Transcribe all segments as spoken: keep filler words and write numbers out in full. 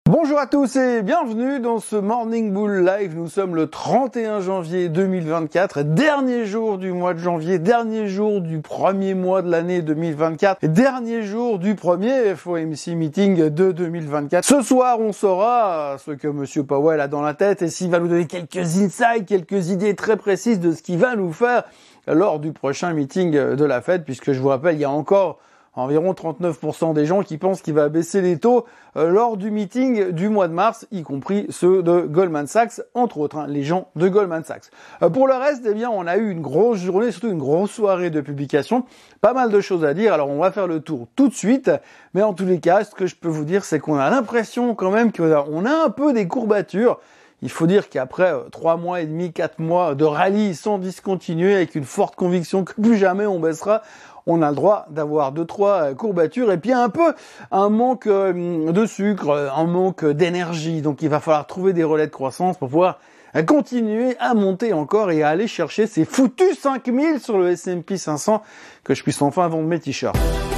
Bonjour à tous et bienvenue dans ce Morning Bull Live. Nous sommes le trente et un janvier deux mille vingt-quatre, dernier jour du mois de janvier, dernier jour du premier mois de l'année deux mille vingt-quatre, dernier jour du premier F O M C meeting de deux mille vingt-quatre. Ce soir, on saura ce que Monsieur Powell a dans la tête et s'il va nous donner quelques insights, quelques idées très précises de ce qu'il va nous faire lors du prochain meeting de la Fed, puisque je vous rappelle, il y a encore environ trente-neuf pour cent des gens qui pensent qu'il va baisser les taux euh, lors du meeting du mois de mars, y compris ceux de Goldman Sachs, entre autres, hein, les gens de Goldman Sachs. Euh, pour le reste, eh bien, on a eu une grosse journée, surtout une grosse soirée de publication, pas mal de choses à dire, alors on va faire le tour tout de suite, mais en tous les cas, ce que je peux vous dire, c'est qu'on a l'impression quand même qu'on a, on a un peu des courbatures. Il faut dire qu'après euh, trois mois et demi, quatre mois de rallye sans discontinuer, avec une forte conviction que plus jamais on baissera, on a le droit d'avoir deux, trois courbatures et puis un peu un manque de sucre, un manque d'énergie. Donc il va falloir trouver des relais de croissance pour pouvoir continuer à monter encore et à aller chercher ces foutus cinq mille sur le S and P cinq cents, que je puisse enfin vendre mes t-shirts.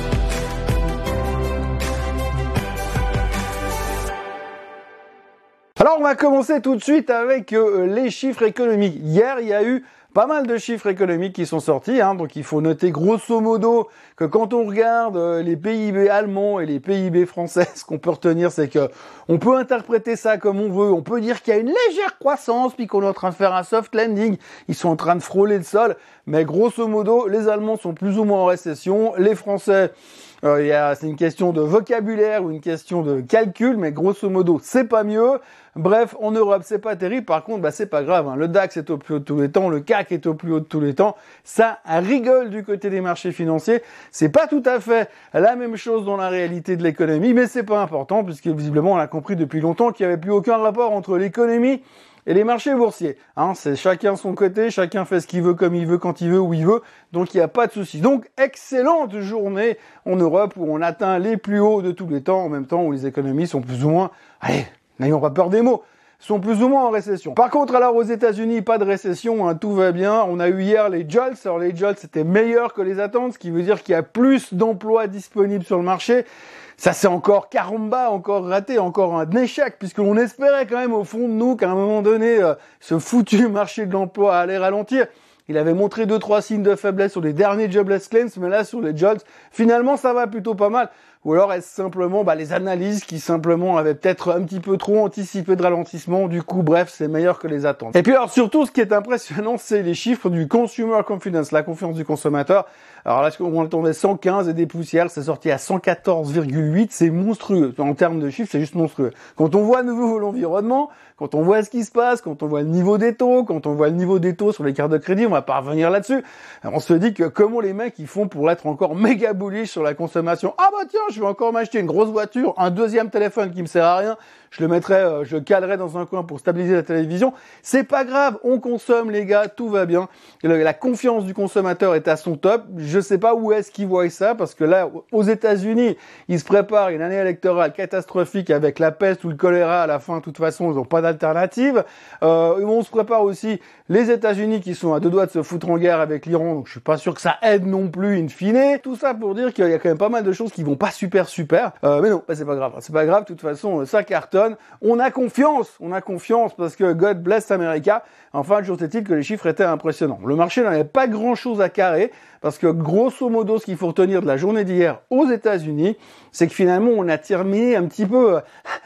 Alors on va commencer tout de suite avec euh, les chiffres économiques. Hier, il y a eu pas mal de chiffres économiques qui sont sortis, hein, donc il faut noter grosso modo que quand on regarde euh, les P I B allemands et les P I B français, ce qu'on peut retenir, c'est que on peut interpréter ça comme on veut. On peut dire qu'il y a une légère croissance, puis qu'on est en train de faire un soft landing. Ils sont en train de frôler le sol, mais grosso modo, les Allemands sont plus ou moins en récession, les Français... Euh, y a, c'est une question de vocabulaire ou une question de calcul, mais grosso modo, c'est pas mieux. Bref, en Europe, c'est pas terrible. Par contre, bah, c'est pas grave, hein. Le DAX est au plus haut de tous les temps, le C A C est au plus haut de tous les temps. Ça rigole du côté des marchés financiers. C'est pas tout à fait la même chose dans la réalité de l'économie, mais c'est pas important, puisque visiblement, on a compris depuis longtemps qu'il n'y avait plus aucun rapport entre l'économie et les marchés boursiers, hein, c'est chacun son côté, chacun fait ce qu'il veut, comme il veut, quand il veut, où il veut, donc il n'y a pas de souci. Donc, excellente journée en Europe où on atteint les plus hauts de tous les temps, en même temps où les économies sont plus ou moins, allez, n'ayons pas peur des mots, sont plus ou moins en récession. Par contre, alors aux États-Unis, pas de récession, hein, tout va bien. On a eu hier les jolts, alors les jolts c'était meilleur que les attentes, ce qui veut dire qu'il y a plus d'emplois disponibles sur le marché. Ça c'est encore caramba, encore raté, encore un échec, puisque l'on espérait quand même au fond de nous qu'à un moment donné, euh, ce foutu marché de l'emploi allait ralentir. Il avait montré deux, trois signes de faiblesse sur les derniers jobless claims, mais là, sur les jobs, finalement, ça va plutôt pas mal. Ou alors est-ce simplement bah, les analyses qui simplement avaient peut-être un petit peu trop anticipé de ralentissement, du coup bref c'est meilleur que les attentes. Et puis alors surtout ce qui est impressionnant c'est les chiffres du Consumer Confidence, la confiance du consommateur. Alors là on attendait cent quinze et des poussières, c'est sorti à cent quatorze virgule huit, c'est monstrueux. En termes de chiffres c'est juste monstrueux. Quand on voit à nouveau l'environnement, quand on voit ce qui se passe, quand on voit le niveau des taux, quand on voit le niveau des taux sur les cartes de crédit, on va pas revenir là-dessus. Alors, on se dit que comment les mecs ils font pour être encore méga bullish sur la consommation. Ah bah tiens, je vais encore m'acheter une grosse voiture, un deuxième téléphone qui me sert à rien, je le mettrai, euh, je le calerai dans un coin pour stabiliser la télévision. C'est pas grave, on consomme les gars, tout va bien. Et le, la confiance du consommateur est à son top. Je sais pas où est-ce qu'ils voient ça, parce que là, aux États-Unis, ils se préparent une année électorale catastrophique avec la peste ou le choléra à la fin. De toute façon, ils n'ont pas d'alternative. Euh, on se prépare aussi les États-Unis qui sont à deux doigts de se foutre en guerre avec l'Iran, donc je suis pas sûr que ça aide non plus in fine. Tout ça pour dire qu'il y a quand même pas mal de choses qui vont pas super super. Euh, mais non, bah, c'est pas grave, c'est pas grave. De toute façon, ça cartonne. On a confiance, on a confiance parce que God bless America. Enfin, toujours est-il que les chiffres étaient impressionnants. Le marché n'avait pas grand-chose à carrer parce que grosso modo, ce qu'il faut retenir de la journée d'hier aux États-Unis, c'est que finalement, on a terminé un petit peu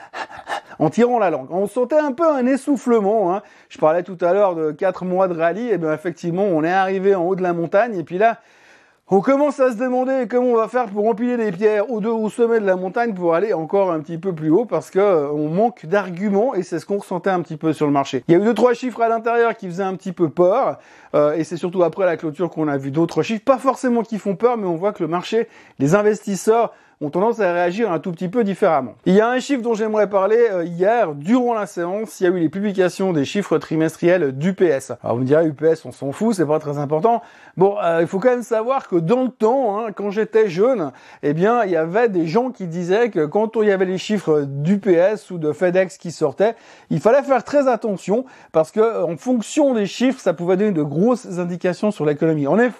en tirant la langue. On sentait un peu un essoufflement, hein. Je parlais tout à l'heure de quatre mois de rallye, et bien effectivement, on est arrivé en haut de la montagne, et puis là, on commence à se demander comment on va faire pour empiler des pierres au, au sommet de la montagne pour aller encore un petit peu plus haut, parce que euh, on manque d'arguments, et c'est ce qu'on ressentait un petit peu sur le marché. Il y a eu deux, trois chiffres à l'intérieur qui faisaient un petit peu peur, euh, et c'est surtout après la clôture qu'on a vu d'autres chiffres, pas forcément qui font peur, mais on voit que le marché, les investisseurs, ont tendance à réagir un tout petit peu différemment. Il y a un chiffre dont j'aimerais parler euh, hier, durant la séance, il y a eu les publications des chiffres trimestriels d'U P S. Alors vous me direz, U P S, on s'en fout, c'est pas très important. Bon, euh, il faut quand même savoir que dans le temps, hein, quand j'étais jeune, eh bien, il y avait des gens qui disaient que quand il y avait les chiffres d'U P S ou de FedEx qui sortaient, il fallait faire très attention parce que en fonction des chiffres, ça pouvait donner de grosses indications sur l'économie. En effet,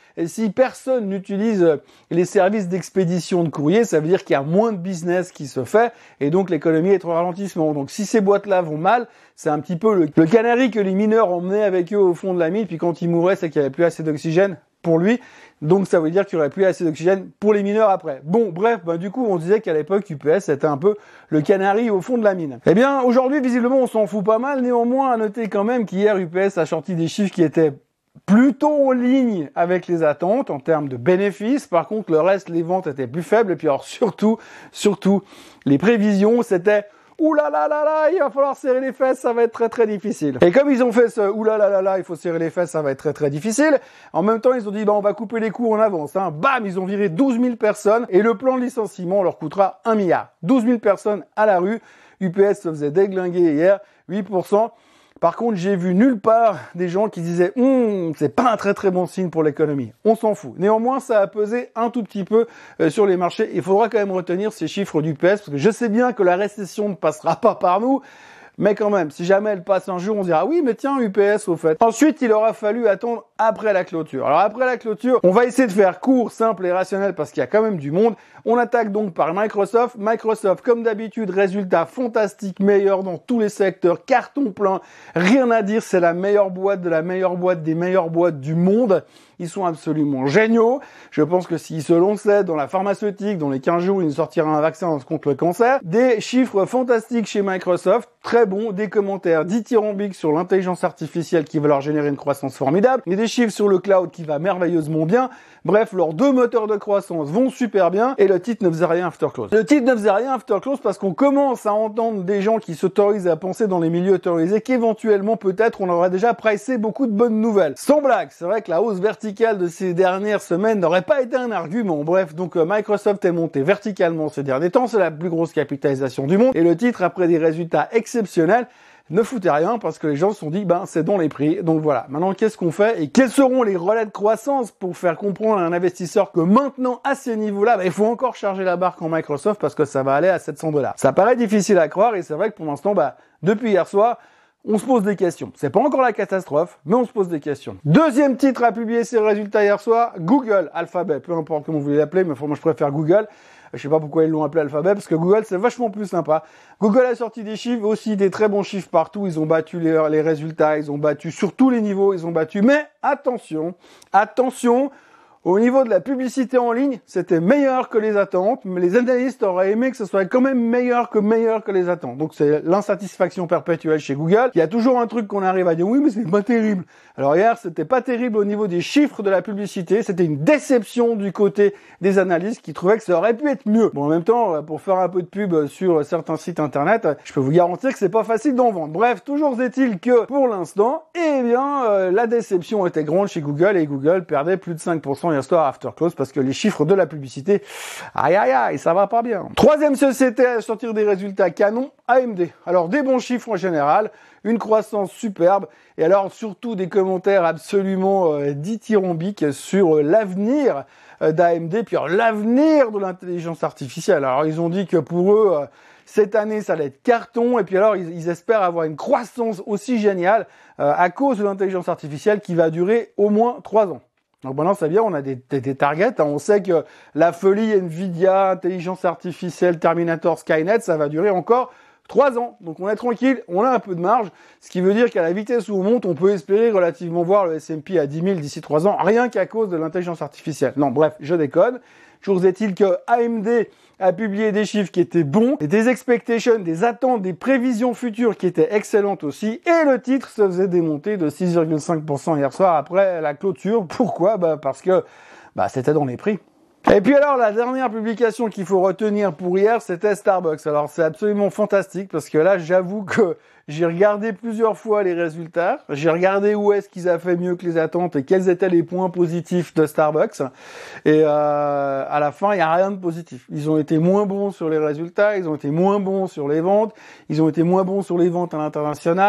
Et si personne n'utilise les services d'expédition de courrier, ça veut dire qu'il y a moins de business qui se fait et donc l'économie est en ralentissement. Donc si ces boîtes-là vont mal, c'est un petit peu le, le canari que les mineurs emmenaient avec eux au fond de la mine, puis quand ils mouraient, c'est qu'il n'y avait plus assez d'oxygène pour lui. Donc ça veut dire qu'il n'y aurait plus assez d'oxygène pour les mineurs après. Bon, bref, bah, du coup, on disait qu'à l'époque, U P S était un peu le canari au fond de la mine. Eh bien, aujourd'hui, visiblement, on s'en fout pas mal. Néanmoins, à noter quand même qu'hier, U P S a sorti des chiffres qui étaient plutôt en ligne avec les attentes en termes de bénéfices. Par contre, le reste, les ventes étaient plus faibles. Et puis alors, surtout, surtout, les prévisions, c'était ouh là là là là, il va falloir serrer les fesses, ça va être très très difficile. Et comme ils ont fait ce ouh là là là là, il faut serrer les fesses, ça va être très très difficile, en même temps, ils ont dit, bah, on va couper les coûts en avance, hein. Bam, ils ont viré douze mille personnes et le plan de licenciement leur coûtera un milliard. douze mille personnes à la rue. U P S se faisait déglinguer hier, huit pour cent. Par contre, j'ai vu nulle part des gens qui disaient hum, c'est pas un très très bon signe pour l'économie. On s'en fout. Néanmoins, ça a pesé un tout petit peu euh, sur les marchés. Il faudra quand même retenir ces chiffres d'U P S parce que je sais bien que la récession ne passera pas par nous. Mais quand même, si jamais elle passe un jour, on se dira, ah oui, mais tiens, U P S, au fait. Ensuite, il aura fallu attendre après la clôture. Alors, après la clôture, on va essayer de faire court, simple et rationnel parce qu'il y a quand même du monde. On attaque donc par Microsoft. Microsoft, comme d'habitude, résultat fantastique, meilleur dans tous les secteurs, carton plein. Rien à dire, c'est la meilleure boîte de la meilleure boîte des meilleures boîtes du monde. Ils sont absolument géniaux. Je pense que s'ils se lançaient dans la pharmaceutique, dans les quinze jours, ils nous sortiraient un vaccin contre le cancer. Des chiffres fantastiques chez Microsoft, très bons, des commentaires dithyrambiques sur l'intelligence artificielle qui va leur générer une croissance formidable, et des chiffres sur le cloud qui va merveilleusement bien. Bref, leurs deux moteurs de croissance vont super bien et le titre ne faisait rien after close. Le titre ne faisait rien after close parce qu'on commence à entendre des gens qui s'autorisent à penser dans les milieux autorisés qu'éventuellement peut-être on aurait déjà pricé beaucoup de bonnes nouvelles. Sans blague, c'est vrai que la hausse verticale de ces dernières semaines n'aurait pas été un argument. Bref, donc euh, Microsoft est monté verticalement ces derniers temps, c'est la plus grosse capitalisation du monde et le titre après des résultats exceptionnels ne foutait rien parce que les gens se sont dit ben c'est dans les prix. Donc voilà, maintenant qu'est-ce qu'on fait et quels seront les relais de croissance pour faire comprendre à un investisseur que maintenant à ces niveaux-là, ben, il faut encore charger la barque en Microsoft parce que ça va aller à sept cents dollars. Ça paraît difficile à croire et c'est vrai que pour l'instant, ben, depuis hier soir, on se pose des questions. C'est pas encore la catastrophe, mais on se pose des questions. Deuxième titre à publier ses résultats hier soir, Google, Alphabet, peu importe comment vous voulez l'appeler, mais moi je préfère Google. Je sais pas pourquoi ils l'ont appelé Alphabet, parce que Google, c'est vachement plus sympa. Google a sorti des chiffres, aussi des très bons chiffres partout. Ils ont battu les, les résultats, ils ont battu sur tous les niveaux, ils ont battu. Mais attention, attention, au niveau de la publicité en ligne, c'était meilleur que les attentes, mais les analystes auraient aimé que ce soit quand même meilleur que meilleur que les attentes. Donc c'est l'insatisfaction perpétuelle chez Google. Il y a toujours un truc qu'on arrive à dire, oui, mais c'est pas terrible. Alors hier, c'était pas terrible au niveau des chiffres de la publicité, c'était une déception du côté des analystes qui trouvaient que ça aurait pu être mieux. Bon, en même temps, pour faire un peu de pub sur certains sites internet, je peux vous garantir que c'est pas facile d'en vendre. Bref, toujours est-il que, pour l'instant, eh bien, euh, la déception était grande chez Google et Google perdait plus de cinq pour cent hier soir after close parce que les chiffres de la publicité, aïe aïe aïe, ça va pas bien. Troisième société à sortir des résultats canons, A M D. Alors, des bons chiffres en général, une croissance superbe, et alors surtout des commentaires absolument euh, dithyrambiques sur euh, l'avenir euh, d'A M D, puis alors, l'avenir de l'intelligence artificielle. Alors ils ont dit que pour eux, euh, cette année ça allait être carton, et puis alors ils, ils espèrent avoir une croissance aussi géniale euh, à cause de l'intelligence artificielle qui va durer au moins trois ans. Donc maintenant, ça vient, on a des, des, des targets, hein. On sait que la folie Nvidia, intelligence artificielle, Terminator, Skynet, ça va durer encore trois ans. Donc on est tranquille, on a un peu de marge, ce qui veut dire qu'à la vitesse où on monte, on peut espérer relativement voir le S and P à dix mille d'ici trois ans, rien qu'à cause de l'intelligence artificielle. Non, bref, je déconne. Toujours est-il que A M D a publié des chiffres qui étaient bons, et des expectations, des attentes, des prévisions futures qui étaient excellentes aussi, et le titre se faisait démonter de six virgule cinq pour cent hier soir après la clôture. Pourquoi? Bah parce que bah c'était dans les prix. Et puis alors, la dernière publication qu'il faut retenir pour hier, c'était Starbucks. Alors, c'est absolument fantastique parce que là, j'avoue que j'ai regardé plusieurs fois les résultats. J'ai regardé où est-ce qu'ils avaient fait mieux que les attentes et quels étaient les points positifs de Starbucks. Et euh, à la fin, il n'y a rien de positif. Ils ont été moins bons sur les résultats, ils ont été moins bons sur les ventes, ils ont été moins bons sur les ventes à l'international.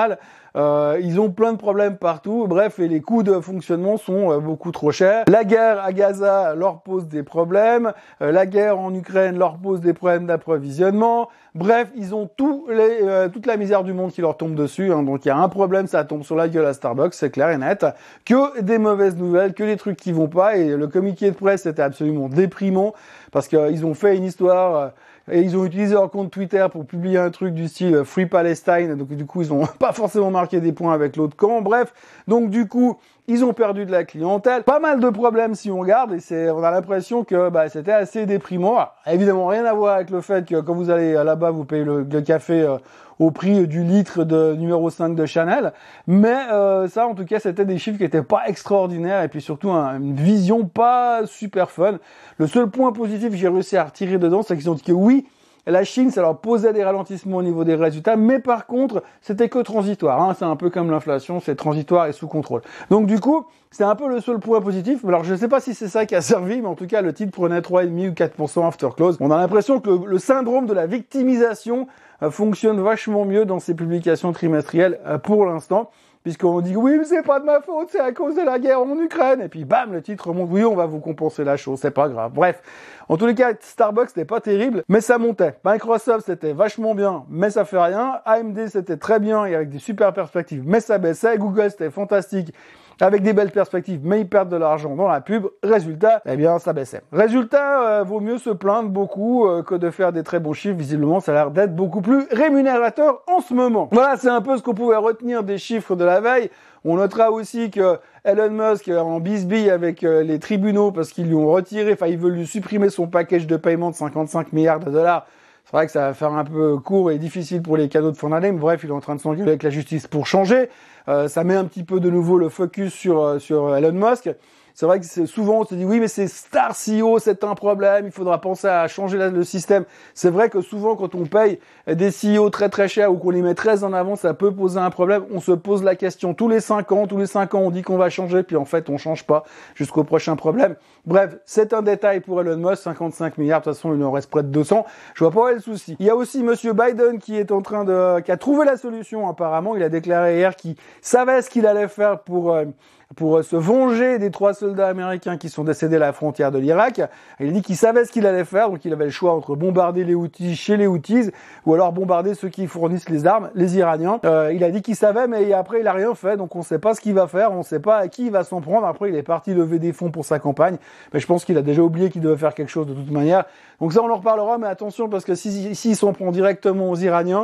Euh, ils ont plein de problèmes partout. Bref, et les coûts de fonctionnement sont euh, beaucoup trop chers. La guerre à Gaza leur pose des problèmes. Euh, la guerre en Ukraine leur pose des problèmes d'approvisionnement. Bref, ils ont tout les, euh, toute la misère du monde qui leur tombe dessus. Hein. Donc il y a un problème, ça tombe sur la gueule à Starbucks, c'est clair et net. Que des mauvaises nouvelles, que des trucs qui vont pas. Et le communiqué de presse était absolument déprimant parce qu'ils ont fait une histoire... Euh, et ils ont utilisé leur compte Twitter pour publier un truc du style Free Palestine. Donc du coup, ils n'ont pas forcément marqué des points avec l'autre camp. Bref, donc du coup, ils ont perdu de la clientèle. Pas mal de problèmes si on regarde. Et c'est, on a l'impression que bah, c'était assez déprimant. Alors, évidemment, rien à voir avec le fait que quand vous allez là-bas, vous payez le, le café euh, au prix du litre de numéro cinq de Chanel. Mais euh, ça, en tout cas, c'était des chiffres qui étaient pas extraordinaires. Et puis surtout, un, une vision pas super fun. Le seul point positif que j'ai réussi à retirer dedans, c'est qu'ils ont dit que oui, la Chine, ça leur posait des ralentissements au niveau des résultats, mais par contre, c'était que transitoire. Hein. C'est un peu comme l'inflation, c'est transitoire et sous contrôle. Donc du coup, c'est un peu le seul point positif. Alors je ne sais pas si c'est ça qui a servi, mais en tout cas, le titre prenait trois virgule cinq ou quatre pour cent after close. On a l'impression que le, le syndrome de la victimisation euh, fonctionne vachement mieux dans ces publications trimestrielles euh, pour l'instant. Puisqu'on dit oui, mais c'est pas de ma faute, c'est à cause de la guerre en Ukraine. Et puis bam, le titre remonte. Oui, on va vous compenser la chose, c'est pas grave. Bref, en tous les cas, Starbucks c'était pas terrible, mais ça montait. Microsoft c'était vachement bien, mais ça fait rien. A M D c'était très bien et avec des super perspectives, mais ça baissait. Google c'était fantastique, avec des belles perspectives, mais ils perdent de l'argent dans la pub. Résultat, eh bien, ça baissait. Résultat, euh, vaut mieux se plaindre beaucoup euh, que de faire des très bons chiffres. Visiblement, ça a l'air d'être beaucoup plus rémunérateur en ce moment. Voilà, c'est un peu ce qu'on pouvait retenir des chiffres de la veille. On notera aussi que Elon Musk est en bisbille avec euh, les tribunaux parce qu'ils lui ont retiré, enfin, ils veulent lui supprimer son package de paiement de cinquante-cinq milliards de dollars. C'est vrai que ça va faire un peu court et difficile pour les cadeaux de fin d'année, mais bref, il est en train de s'engueuler avec la justice pour changer. Euh, ça met un petit peu de nouveau le focus sur, euh, sur Elon Musk. C'est vrai que c'est, souvent on se dit oui mais c'est Star C E O, c'est un problème, il faudra penser à changer la, le système. C'est vrai que souvent quand on paye des C E O très très chers ou qu'on les met très en avant, ça peut poser un problème. On se pose la question tous les cinq ans, tous les cinq ans on dit qu'on va changer, puis en fait on change pas jusqu'au prochain problème. Bref, c'est un détail pour Elon Musk, cinquante-cinq milliards, de toute façon il en reste près de deux cents. Je vois pas où est le souci. Il y a aussi Monsieur Biden qui est en train de, qui a trouvé la solution apparemment. Il a déclaré hier qu'il savait ce qu'il allait faire pour euh, pour se venger des trois soldats américains qui sont décédés à la frontière de l'Irak. Il a dit qu'il savait ce qu'il allait faire, donc il avait le choix entre bombarder les Houthis chez les Houthis ou alors bombarder ceux qui fournissent les armes, les Iraniens. Euh, il a dit qu'il savait, mais après il a rien fait, donc on ne sait pas ce qu'il va faire, on ne sait pas à qui il va s'en prendre. Après il est parti lever des fonds pour sa campagne, mais je pense qu'il a déjà oublié qu'il devait faire quelque chose de toute manière. Donc ça on en reparlera, mais attention parce que s'il si, si s'en prend directement aux Iraniens,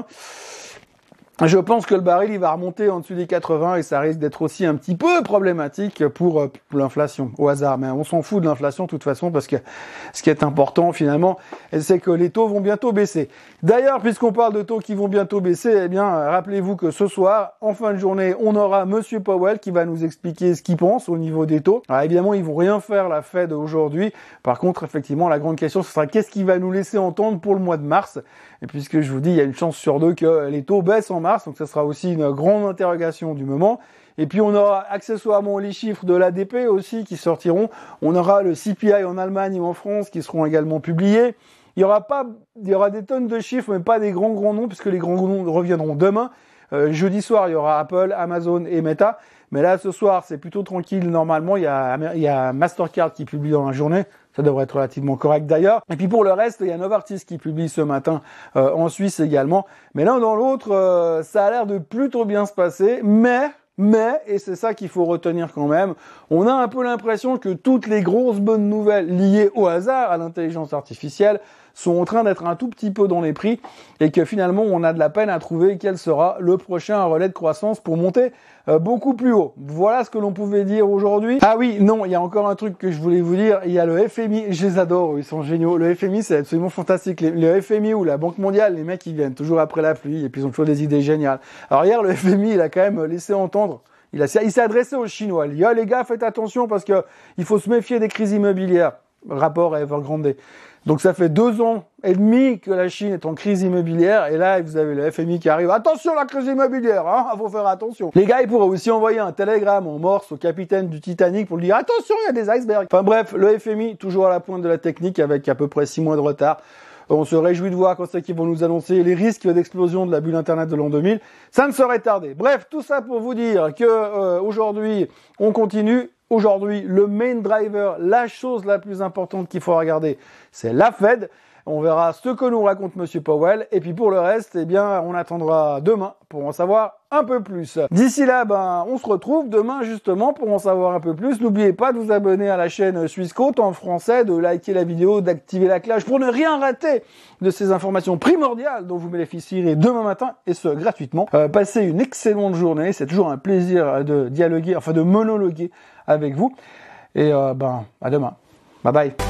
je pense que le baril, il va remonter en dessous des quatre-vingts et ça risque d'être aussi un petit peu problématique pour, pour l'inflation, au hasard. Mais on s'en fout de l'inflation de toute façon parce que ce qui est important finalement, c'est que les taux vont bientôt baisser. D'ailleurs, puisqu'on parle de taux qui vont bientôt baisser, eh bien, rappelez-vous que ce soir, en fin de journée, on aura Monsieur Powell qui va nous expliquer ce qu'il pense au niveau des taux. Alors évidemment, ils vont rien faire la Fed aujourd'hui. Par contre, effectivement, la grande question, ce sera qu'est-ce qu'il va nous laisser entendre pour le mois de mars. Et puisque je vous dis, il y a une chance sur deux que les taux baissent en mars, donc ça sera aussi une grande interrogation du moment. Et puis on aura accessoirement les chiffres de l'A D P aussi qui sortiront. On aura le C P I en Allemagne et en France qui seront également publiés. Il y aura pas, il y aura des tonnes de chiffres, mais pas des grands grands noms, puisque les grands noms reviendront demain. Euh, jeudi soir, il y aura Apple, Amazon et Meta. Mais là, ce soir, c'est plutôt tranquille. Normalement, il y a, il y a Mastercard qui publie dans la journée. Ça devrait être relativement correct d'ailleurs. Et puis pour le reste, il y a Novartis qui publie ce matin euh, en Suisse également. Mais l'un dans l'autre, euh, ça a l'air de plutôt bien se passer. Mais, mais, et c'est ça qu'il faut retenir quand même, on a un peu l'impression que toutes les grosses bonnes nouvelles liées au hasard, à l'intelligence artificielle, sont en train d'être un tout petit peu dans les prix et que finalement on a de la peine à trouver quel sera le prochain relais de croissance pour monter euh, beaucoup plus haut. Voilà ce que l'on pouvait dire aujourd'hui. Ah oui, non, il y a encore un truc que je voulais vous dire, il y a le F M I, je les adore, ils sont géniaux. Le F M I c'est absolument fantastique. Le F M I ou la Banque mondiale, les mecs ils viennent toujours après la pluie et puis ils ont toujours des idées géniales. Alors hier le F M I il a quand même laissé entendre, il, a, il s'est adressé aux Chinois. Il dit, ah, les gars faites attention parce que il faut se méfier des crises immobilières. Rapport à Evergrande. Donc ça fait deux ans et demi que la Chine est en crise immobilière et là vous avez le F M I qui arrive. Attention la crise immobilière, hein, faut faire attention. Les gars ils pourraient aussi envoyer un télégramme en morse au capitaine du Titanic pour lui dire attention il y a des icebergs. Enfin bref, le F M I toujours à la pointe de la technique avec à peu près six mois de retard. On se réjouit de voir quand c'est qu'ils vont nous annoncer les risques d'explosion de la bulle Internet de l'an deux mille. Ça ne saurait tarder. Bref, tout ça pour vous dire que euh, aujourd'hui, on continue. Aujourd'hui, le main driver, la chose la plus importante qu'il faut regarder, c'est la Fed. On verra ce que nous raconte Monsieur Powell. Et puis pour le reste, eh bien, on attendra demain pour en savoir un peu plus. D'ici là, ben, on se retrouve demain justement pour en savoir un peu plus. N'oubliez pas de vous abonner à la chaîne Swissquote en français, de liker la vidéo, d'activer la cloche pour ne rien rater de ces informations primordiales dont vous bénéficierez demain matin et ce gratuitement. Euh, passez une excellente journée. C'est toujours un plaisir de dialoguer, enfin de monologuer avec vous. Et euh, ben, à demain. Bye bye.